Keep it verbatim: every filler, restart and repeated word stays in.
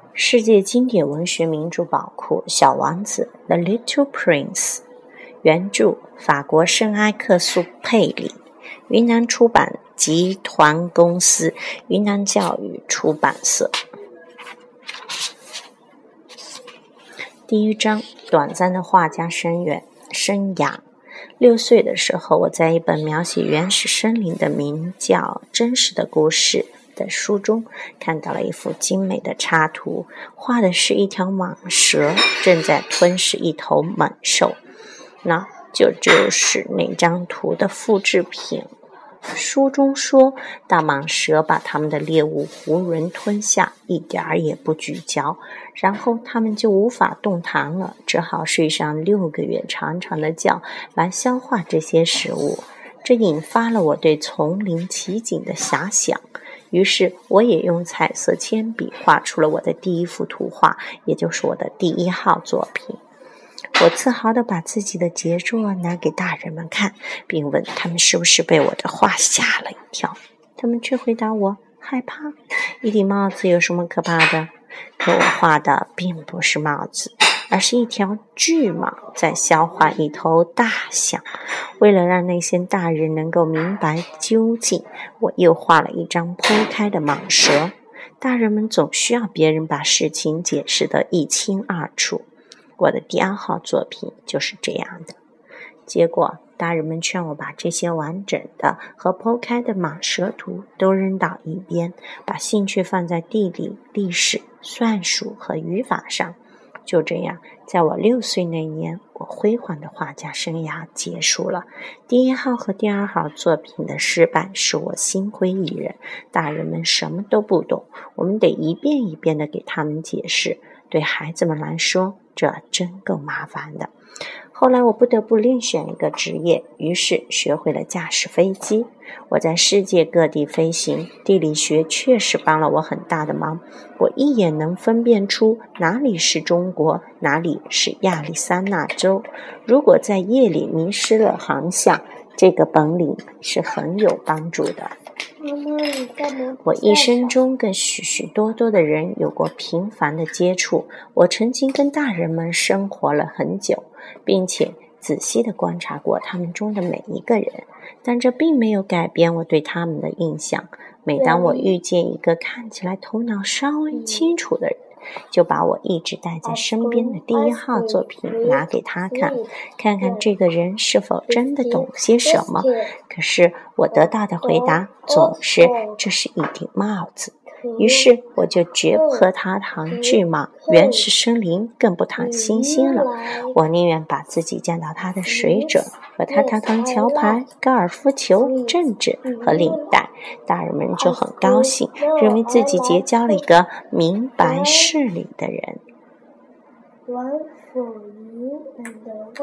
世界经典文学名著宝库《小王子》The Little Prince， 原著法国圣埃克苏佩里，云南出版集团公司，云南教育出版社。第一章，短暂的画家生源生涯。六岁的时候，我在一本描写原始森林的名叫《真实的故事》的书中看到了一幅精美的插图，画的是一条蟒蛇正在吞噬一头猛兽，那就就是那张图的复制品。书中说，大蟒蛇把它们的猎物囫囵吞下，一点儿也不咀嚼，然后它们就无法动弹了，只好睡上六个月长长的觉来消化这些食物。这引发了我对丛林奇景的遐想，于是我也用彩色铅笔画出了我的第一幅图画，也就是我的第一号作品。我自豪地把自己的杰作拿给大人们看，并问他们是不是被我的画吓了一跳。他们却回答我，害怕，一顶帽子有什么可怕的？可我画的并不是帽子，而是一条巨蟒在消化一头大象。为了让那些大人能够明白究竟，我又画了一张剖开的蟒蛇。大人们总需要别人把事情解释得一清二楚。我的第二号作品就是这样的。结果大人们劝我把这些完整的和剖开的蟒蛇图都扔到一边，把兴趣放在地理、历史、算术和语法上。就这样，在我六岁那年，我辉煌的画家生涯结束了。第一号和第二号作品的失败使我心灰意冷。大人们什么都不懂，我们得一遍一遍地给他们解释。对孩子们来说，这真够麻烦的。后来我不得不另选一个职业，于是学会了驾驶飞机。我在世界各地飞行，地理学确实帮了我很大的忙。我一眼能分辨出哪里是中国，哪里是亚利桑那州。如果在夜里迷失了航向，这个本领是很有帮助的。我一生中跟许许多多的人有过频繁的接触，我曾经跟大人们生活了很久，并且仔细地观察过他们中的每一个人，但这并没有改变我对他们的印象。每当我遇见一个看起来头脑稍微清楚的人，就把我一直带在身边的第一号作品拿给他看，看看这个人是否真的懂些什么。可是我得到的回答总是这是一顶帽子。于是我就绝不和他谈巨蟒、原始森林，更不谈星星了。我宁愿把自己降到他的水准，和他谈谈桥牌、高尔夫球、政治和领带。大人们就很高兴，认为自己结交了一个明白事理的人。